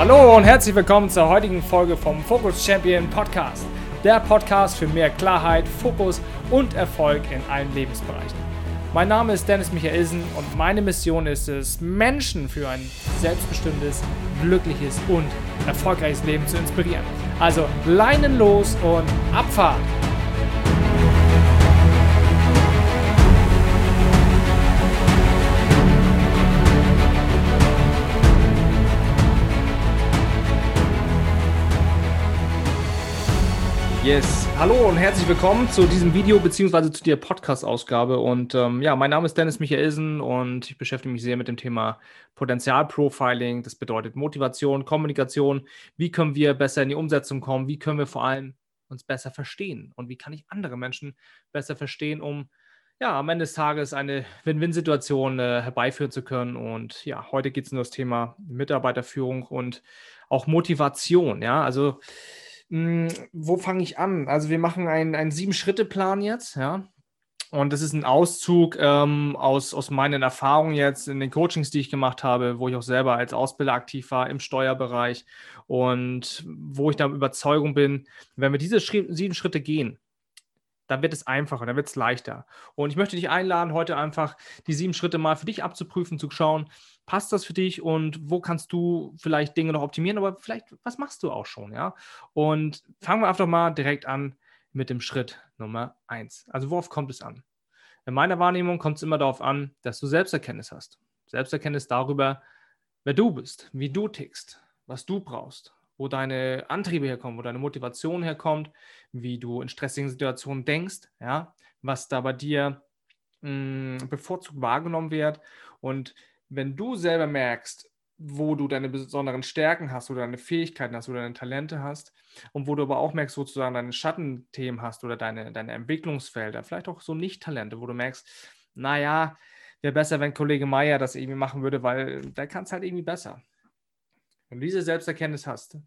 Hallo und herzlich willkommen zur heutigen Folge vom Focus Champion Podcast. Der Podcast für mehr Klarheit, Fokus und Erfolg in allen Lebensbereichen. Mein Name ist Dennis Michaelsen und meine Mission ist es, Menschen für ein selbstbestimmtes, glückliches und erfolgreiches Leben zu inspirieren. Also Leinen los und Abfahrt! Yes, hallo und herzlich willkommen zu diesem Video bzw. zu der Podcast-Ausgabe. Und mein Name ist Dennis Michaelsen und ich beschäftige mich sehr mit dem Thema Potenzialprofiling. Das bedeutet Motivation, Kommunikation. Wie können wir besser in die Umsetzung kommen? Wie können wir vor allem uns besser verstehen? Und wie kann ich andere Menschen besser verstehen, um am Ende des Tages eine Win-Win-Situation herbeiführen zu können? Und ja, heute geht es um das Thema Mitarbeiterführung und auch Motivation. Ja, also wo fange ich an? Also wir machen einen 7-Schritte-Plan jetzt, ja. Und das ist ein Auszug aus meinen Erfahrungen jetzt in den Coachings, die ich gemacht habe, wo ich auch selber als Ausbilder aktiv war im Steuerbereich und wo ich der Überzeugung bin, wenn wir diese 7 Schritte gehen, dann wird es einfacher, dann wird es leichter. Und ich möchte dich einladen, heute einfach die 7 Schritte mal für dich abzuprüfen, zu schauen, passt das für dich und wo kannst du vielleicht Dinge noch optimieren, aber vielleicht, was machst du auch schon, ja? Und fangen wir einfach mal direkt an mit dem Schritt Nummer 1. Also worauf kommt es an? In meiner Wahrnehmung kommt es immer darauf an, dass du Selbsterkenntnis hast. Selbsterkenntnis darüber, wer du bist, wie du tickst, was du brauchst, wo deine Antriebe herkommen, wo deine Motivation herkommt, wie du in stressigen Situationen denkst, ja, was da bei dir bevorzugt wahrgenommen wird. Und wenn du selber merkst, wo du deine besonderen Stärken hast oder deine Fähigkeiten hast oder deine Talente hast und wo du aber auch merkst, sozusagen deine Schattenthemen hast oder deine Entwicklungsfelder, vielleicht auch so Nicht-Talente, wo du merkst, naja, wäre besser, wenn Kollege Meier das irgendwie machen würde, weil der kann es halt irgendwie besser. Wenn du diese Selbsterkenntnis hast,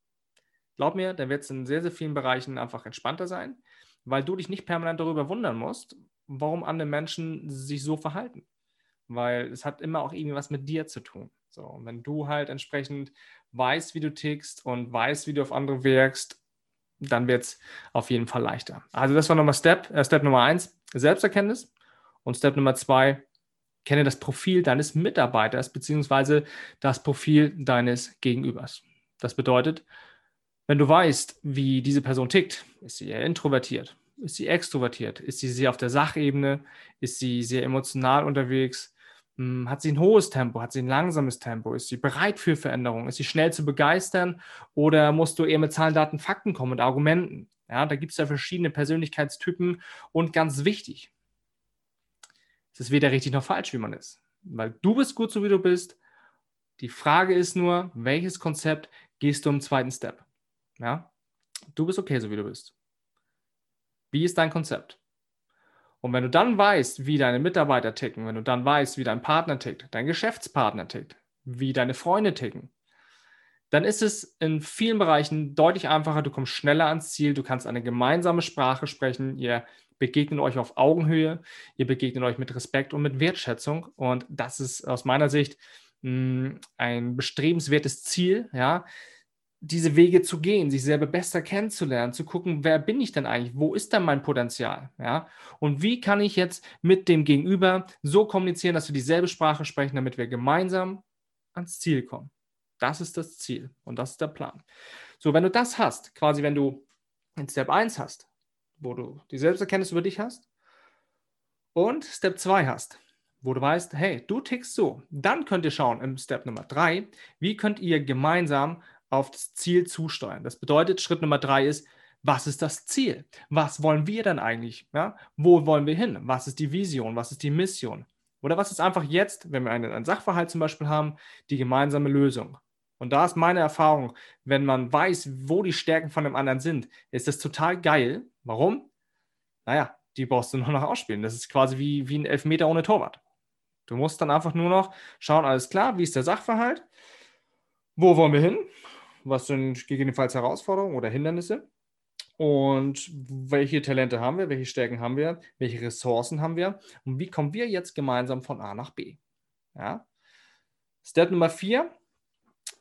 glaub mir, dann wird es in sehr, sehr vielen Bereichen einfach entspannter sein, weil du dich nicht permanent darüber wundern musst, warum andere Menschen sich so verhalten. Weil es hat immer auch irgendwie was mit dir zu tun. So, und wenn du halt entsprechend weißt, wie du tickst und weißt, wie du auf andere wirkst, dann wird es auf jeden Fall leichter. Also das war nochmal Step Nummer 1, Selbsterkenntnis. Und Step Nummer 2, kenne das Profil deines Mitarbeiters bzw. das Profil deines Gegenübers. Das bedeutet, wenn du weißt, wie diese Person tickt, ist sie eher introvertiert, ist sie extrovertiert, ist sie sehr auf der Sachebene, ist sie sehr emotional unterwegs, hat sie ein hohes Tempo, hat sie ein langsames Tempo, ist sie bereit für Veränderungen, ist sie schnell zu begeistern oder musst du eher mit Zahlen, Daten, Fakten kommen und Argumenten? Ja, da gibt es ja verschiedene Persönlichkeitstypen und ganz wichtig, es ist weder richtig noch falsch, wie man ist, weil du bist gut, so wie du bist. Die Frage ist nur, welches Konzept gehst du im zweiten Step? Ja, du bist okay, so wie du bist. Wie ist dein Konzept? Und wenn du dann weißt, wie deine Mitarbeiter ticken, wenn du dann weißt, wie dein Partner tickt, dein Geschäftspartner tickt, wie deine Freunde ticken, dann ist es in vielen Bereichen deutlich einfacher, du kommst schneller ans Ziel, du kannst eine gemeinsame Sprache sprechen, ihr begegnet euch auf Augenhöhe, ihr begegnet euch mit Respekt und mit Wertschätzung und das ist aus meiner Sicht ein bestrebenswertes Ziel, ja, diese Wege zu gehen, sich selber besser kennenzulernen, zu gucken, wer bin ich denn eigentlich, wo ist denn mein Potenzial, ja, und wie kann ich jetzt mit dem Gegenüber so kommunizieren, dass wir dieselbe Sprache sprechen, damit wir gemeinsam ans Ziel kommen. Das ist das Ziel und das ist der Plan. So, wenn du das hast, quasi wenn du in Step 1 hast, wo du die Selbsterkenntnis über dich hast und Step 2 hast, wo du weißt, hey, du tickst so, dann könnt ihr schauen im Step Nummer 3, wie könnt ihr gemeinsam auf das Ziel zusteuern. Das bedeutet, Schritt Nummer 3 ist, was ist das Ziel? Was wollen wir denn eigentlich? Ja? Wo wollen wir hin? Was ist die Vision? Was ist die Mission? Oder was ist einfach jetzt, wenn wir einen Sachverhalt zum Beispiel haben, die gemeinsame Lösung? Und da ist meine Erfahrung, wenn man weiß, wo die Stärken von dem anderen sind, ist das total geil. Warum? Naja, die brauchst du nur noch ausspielen. Das ist quasi wie ein Elfmeter ohne Torwart. Du musst dann einfach nur noch schauen, alles klar, wie ist der Sachverhalt? Wo wollen wir hin? Was sind gegebenenfalls Herausforderungen oder Hindernisse? Und welche Talente haben wir? Welche Stärken haben wir? Welche Ressourcen haben wir? Und wie kommen wir jetzt gemeinsam von A nach B? Ja? Step Nummer 4,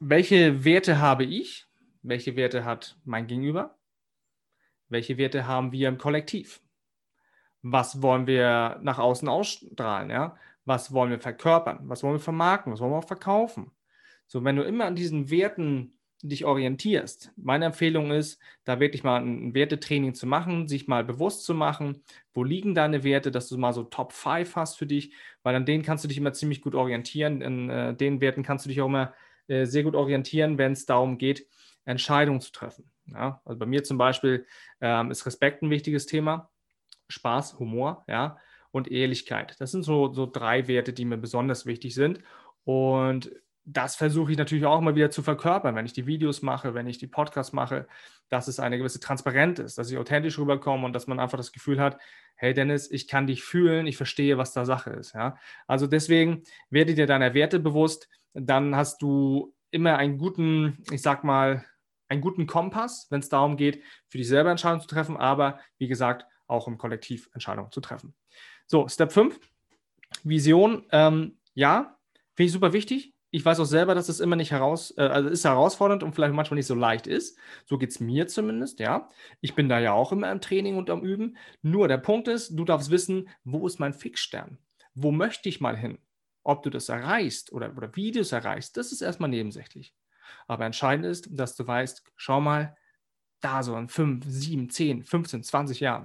welche Werte habe ich? Welche Werte hat mein Gegenüber? Welche Werte haben wir im Kollektiv? Was wollen wir nach außen ausstrahlen? Ja? Was wollen wir verkörpern? Was wollen wir vermarkten? Was wollen wir auch verkaufen? So, wenn du immer an diesen Werten dich orientierst, meine Empfehlung ist, da wirklich mal ein Wertetraining zu machen, sich mal bewusst zu machen, wo liegen deine Werte, dass du mal so Top 5 hast für dich, weil an denen kannst du dich immer ziemlich gut orientieren. In den Werten kannst du dich auch immer sehr gut orientieren, wenn es darum geht, Entscheidungen zu treffen. Ja? Also bei mir zum Beispiel ist Respekt ein wichtiges Thema. Spaß, Humor, ja, und Ehrlichkeit. Das sind so drei Werte, die mir besonders wichtig sind. Und das versuche ich natürlich auch immer wieder zu verkörpern, wenn ich die Videos mache, wenn ich die Podcasts mache, dass es eine gewisse Transparenz ist, dass ich authentisch rüberkomme und dass man einfach das Gefühl hat, hey Dennis, ich kann dich fühlen, ich verstehe, was da Sache ist. Ja? Also deswegen werde dir deiner Werte bewusst, dann hast du immer einen guten, ich sag mal, einen guten Kompass, wenn es darum geht, für dich selber Entscheidungen zu treffen, aber wie gesagt, auch im Kollektiv Entscheidungen zu treffen. So, Step 5, Vision. Ja, finde ich super wichtig. Ich weiß auch selber, dass es immer nicht also ist herausfordernd und vielleicht manchmal nicht so leicht ist. So geht es mir zumindest, ja. Ich bin da ja auch immer im Training und am Üben. Nur der Punkt ist, du darfst wissen, wo ist mein Fixstern? Wo möchte ich mal hin? Ob du das erreichst oder wie du es erreichst, das ist erstmal nebensächlich. Aber entscheidend ist, dass du weißt, schau mal, da so in 5, 7, 10, 15, 20 Jahren,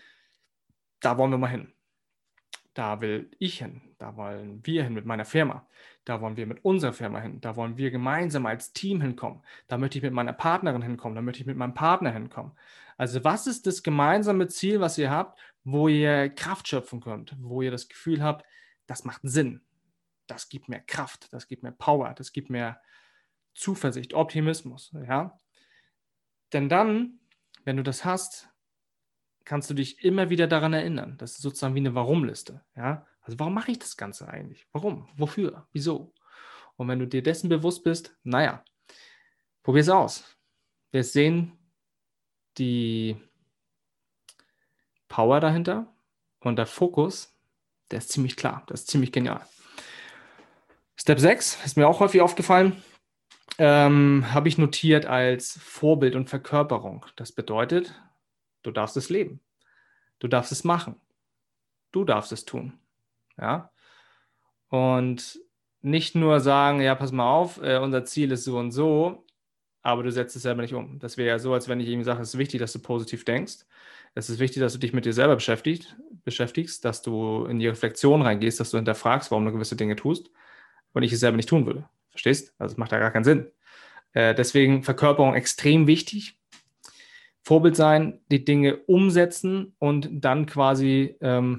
da wollen wir mal hin. Da will ich hin, da wollen wir hin mit meiner Firma, da wollen wir mit unserer Firma hin, da wollen wir gemeinsam als Team hinkommen, da möchte ich mit meiner Partnerin hinkommen, da möchte ich mit meinem Partner hinkommen. Also was ist das gemeinsame Ziel, was ihr habt, wo ihr Kraft schöpfen könnt, wo ihr das Gefühl habt, das macht Sinn, das gibt mir Kraft, das gibt mir Power, das gibt mir Zuversicht, Optimismus, ja? Denn dann, wenn du das hast, kannst du dich immer wieder daran erinnern. Das ist sozusagen wie eine Warum-Liste. Ja? Also warum mache ich das Ganze eigentlich? Warum? Wofür? Wieso? Und wenn du dir dessen bewusst bist, naja, probier es aus. Wir sehen die Power dahinter und der Fokus, der ist ziemlich klar, das ist ziemlich genial. Step 6 ist mir auch häufig aufgefallen, habe ich notiert als Vorbild und Verkörperung. Das bedeutet, du darfst es leben. Du darfst es machen. Du darfst es tun. Ja? Und nicht nur sagen, ja, pass mal auf, unser Ziel ist so und so, aber du setzt es selber nicht um. Das wäre ja so, als wenn ich ihm sage, es ist wichtig, dass du positiv denkst. Es ist wichtig, dass du dich mit dir selber beschäftigst, dass du in die Reflexion reingehst, dass du hinterfragst, warum du gewisse Dinge tust und ich es selber nicht tun würde. Verstehst? Also es macht ja gar keinen Sinn. Deswegen Verkörperung extrem wichtig. Vorbild sein, die Dinge umsetzen und dann quasi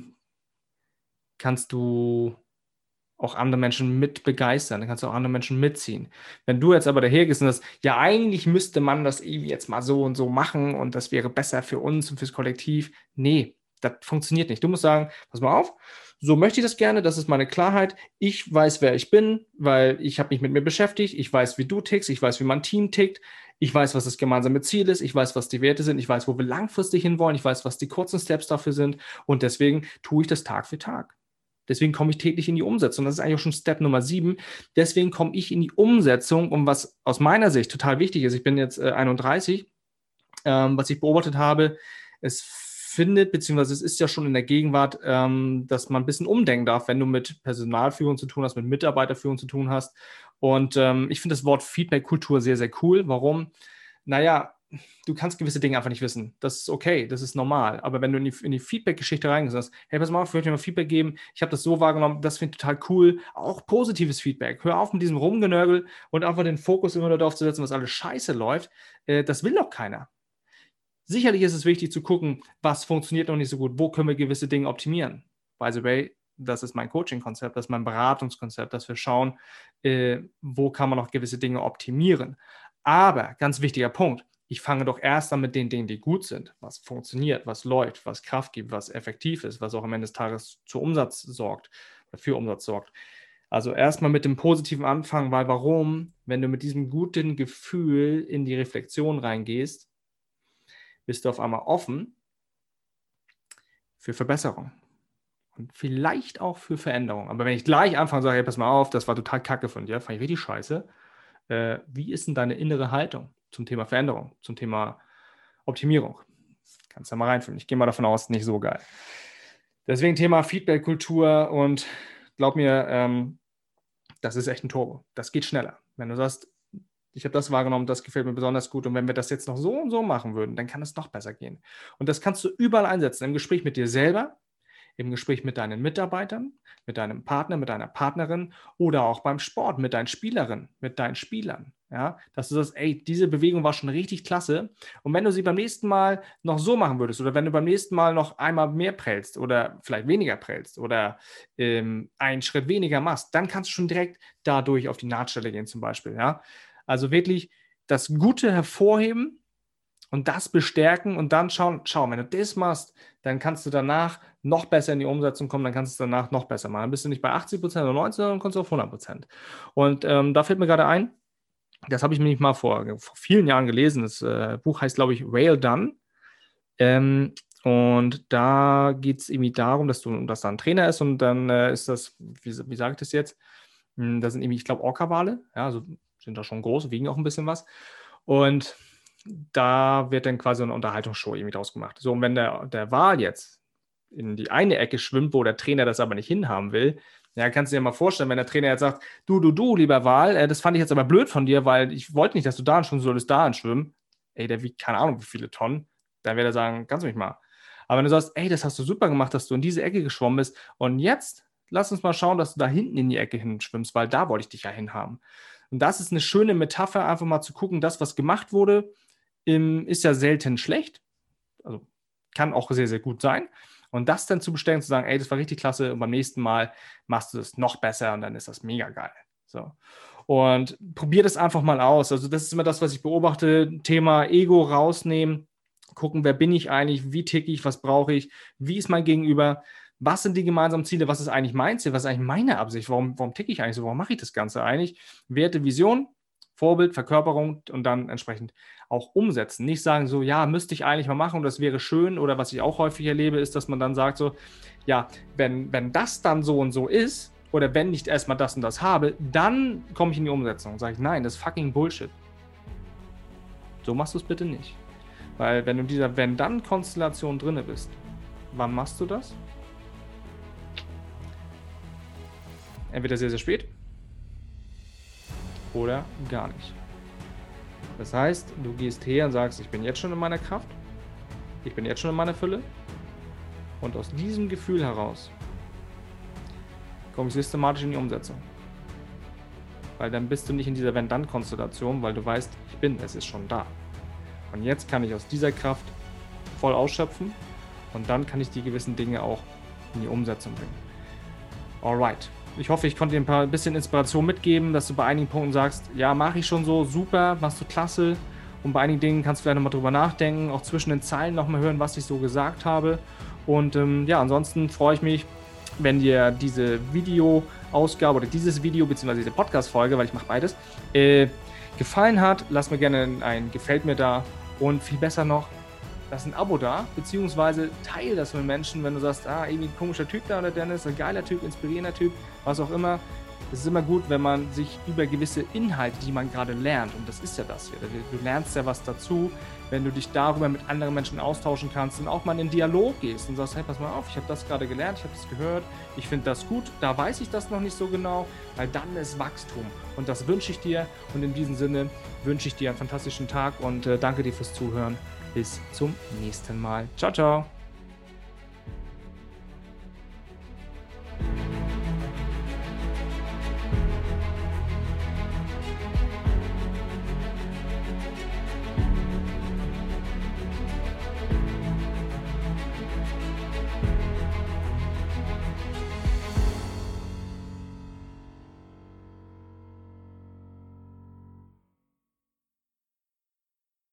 kannst du auch andere Menschen mit begeistern, dann kannst du auch andere Menschen mitziehen. Wenn du jetzt aber dahergehst und sagst, ja, eigentlich müsste man das eben jetzt mal so und so machen und das wäre besser für uns und fürs Kollektiv. Nee, das funktioniert nicht. Du musst sagen, pass mal auf, so möchte ich das gerne, das ist meine Klarheit. Ich weiß, wer ich bin, weil ich habe mich mit mir beschäftigt. Ich weiß, wie du tickst, ich weiß, wie mein Team tickt. Ich weiß, was das gemeinsame Ziel ist. Ich weiß, was die Werte sind. Ich weiß, wo wir langfristig hinwollen. Ich weiß, was die kurzen Steps dafür sind. Und deswegen tue ich das Tag für Tag. Deswegen komme ich täglich in die Umsetzung. Das ist eigentlich auch schon Step Nummer 7. Deswegen komme ich in die Umsetzung, und was aus meiner Sicht total wichtig ist, ich bin jetzt 31, was ich beobachtet habe, es findet, beziehungsweise es ist ja schon in der Gegenwart, dass man ein bisschen umdenken darf, wenn du mit Personalführung zu tun hast, mit Mitarbeiterführung zu tun hast. Und ich finde das Wort Feedback-Kultur sehr, sehr cool. Warum? Naja, du kannst gewisse Dinge einfach nicht wissen. Das ist okay, das ist normal. Aber wenn du in die Feedback-Geschichte reingehst und sagst, hey, pass mal auf, ich möchte dir mal Feedback geben, ich habe das so wahrgenommen, das finde ich total cool. Auch positives Feedback. Hör auf mit diesem Rumgenörgel und einfach den Fokus immer darauf zu setzen, was alles scheiße läuft. Das will doch keiner. Sicherlich ist es wichtig zu gucken, was funktioniert noch nicht so gut, wo können wir gewisse Dinge optimieren. By the way, das ist mein Coaching-Konzept, das ist mein Beratungskonzept, dass wir schauen, wo kann man noch gewisse Dinge optimieren. Aber, ganz wichtiger Punkt, ich fange doch erst an mit den Dingen, die gut sind, was funktioniert, was läuft, was Kraft gibt, was effektiv ist, was auch am Ende des Tages für Umsatz sorgt. Also erstmal mit dem positiven Anfang, weil warum, wenn du mit diesem guten Gefühl in die Reflexion reingehst, bist du auf einmal offen für Verbesserung und vielleicht auch für Veränderung. Aber wenn ich gleich anfange und sage, hey, pass mal auf, das war total kacke von dir, fand ich richtig scheiße, wie ist denn deine innere Haltung zum Thema Veränderung, zum Thema Optimierung? Kannst du ja mal reinfühlen. Ich gehe mal davon aus, nicht so geil. Deswegen Thema Feedback-Kultur und glaub mir, das ist echt ein Turbo. Das geht schneller. Wenn du sagst, ich habe das wahrgenommen, das gefällt mir besonders gut und wenn wir das jetzt noch so und so machen würden, dann kann es noch besser gehen. Und das kannst du überall einsetzen, im Gespräch mit dir selber, im Gespräch mit deinen Mitarbeitern, mit deinem Partner, mit deiner Partnerin oder auch beim Sport mit deinen Spielerinnen, mit deinen Spielern. Ja, dass du sagst, ey, diese Bewegung war schon richtig klasse. Und wenn du sie beim nächsten Mal noch so machen würdest oder wenn du beim nächsten Mal noch einmal mehr prellst oder vielleicht weniger prellst oder einen Schritt weniger machst, dann kannst du schon direkt dadurch auf die Nahtstelle gehen zum Beispiel. Ja? Also wirklich das Gute hervorheben und das bestärken und dann schauen, wenn du das machst, dann kannst du danach noch besser in die Umsetzung kommen, dann kannst du es danach noch besser machen. Dann bist du nicht bei 80% oder 90%, sondern kommst du auf 100%. Und da fällt mir gerade ein, das habe ich mir nicht mal vor vielen Jahren gelesen. Das Buch heißt, glaube ich, Well Done. Und da geht es irgendwie darum, dass da ein Trainer ist und dann ist das, wie sage ich das jetzt? Da sind irgendwie, ich glaube, Orca-Wale, ja, also sind da schon groß, wiegen auch ein bisschen was. Und da wird dann quasi eine Unterhaltungsshow irgendwie draus gemacht. So, und wenn der Wal jetzt in die eine Ecke schwimmt, wo der Trainer das aber nicht hinhaben will, ja, kannst du dir mal vorstellen, wenn der Trainer jetzt sagt, du, lieber Wal, das fand ich jetzt aber blöd von dir, weil ich wollte nicht, dass du da anschwimmen solltest, da anschwimmen. Ey, der wiegt keine Ahnung, wie viele Tonnen. Dann wird er sagen, kannst du mich mal. Aber wenn du sagst, ey, das hast du super gemacht, dass du in diese Ecke geschwommen bist und jetzt lass uns mal schauen, dass du da hinten in die Ecke hinschwimmst, weil da wollte ich dich ja hinhaben. Und das ist eine schöne Metapher, einfach mal zu gucken, das, was gemacht wurde, ist ja selten schlecht. Also kann auch sehr, sehr gut sein. Und das dann zu bestellen, zu sagen, ey, das war richtig klasse und beim nächsten Mal machst du es noch besser und dann ist das mega geil. So. Und probier das einfach mal aus. Also das ist immer das, was ich beobachte. Thema Ego rausnehmen, gucken, wer bin ich eigentlich, wie ticke ich, was brauche ich, wie ist mein Gegenüber, was sind die gemeinsamen Ziele, was ist eigentlich mein Ziel, was ist eigentlich meine Absicht, warum ticke ich eigentlich so, warum mache ich das Ganze eigentlich? Werte, Vision, Vorbild, Verkörperung und dann entsprechend auch umsetzen. Nicht sagen so, ja, müsste ich eigentlich mal machen und das wäre schön oder was ich auch häufig erlebe, ist, dass man dann sagt so, ja, wenn das dann so und so ist oder wenn ich erstmal das und das habe, dann komme ich in die Umsetzung. Sage ich, nein, das ist fucking Bullshit. So machst du es bitte nicht. Weil wenn du in dieser Wenn-Dann-Konstellation drin bist, wann machst du das? Entweder sehr, sehr spät oder gar nicht. Das heißt, du gehst her und sagst, ich bin jetzt schon in meiner Kraft, ich bin jetzt schon in meiner Fülle und aus diesem Gefühl heraus komme ich systematisch in die Umsetzung. Weil dann bist du nicht in dieser Wenn-Dann-Konstellation, weil du weißt, es ist schon da. Und jetzt kann ich aus dieser Kraft voll ausschöpfen und dann kann ich die gewissen Dinge auch in die Umsetzung bringen. Alright. Ich hoffe, ich konnte dir ein bisschen Inspiration mitgeben, dass du bei einigen Punkten sagst, ja, mache ich schon so, super, machst du klasse. Und bei einigen Dingen kannst du vielleicht nochmal drüber nachdenken, auch zwischen den Zeilen nochmal hören, was ich so gesagt habe. Und ansonsten freue ich mich, wenn dir diese Videoausgabe oder dieses Video bzw. diese Podcast-Folge, weil ich mache beides, gefallen hat. Lass mir gerne ein Gefällt mir da und viel besser noch, lass ein Abo da, beziehungsweise teile das mit Menschen, wenn du sagst, irgendwie ein komischer Typ da oder Dennis, ein geiler Typ, inspirierender Typ, was auch immer. Es ist immer gut, wenn man sich über gewisse Inhalte, die man gerade lernt, und das ist ja das hier, du lernst ja was dazu, wenn du dich darüber mit anderen Menschen austauschen kannst und auch mal in den Dialog gehst und sagst, hey, pass mal auf, ich habe das gerade gelernt, ich habe das gehört, ich finde das gut, da weiß ich das noch nicht so genau, weil dann ist Wachstum und das wünsche ich dir und in diesem Sinne wünsche ich dir einen fantastischen Tag und danke dir fürs Zuhören. Bis zum nächsten Mal. Ciao, ciao.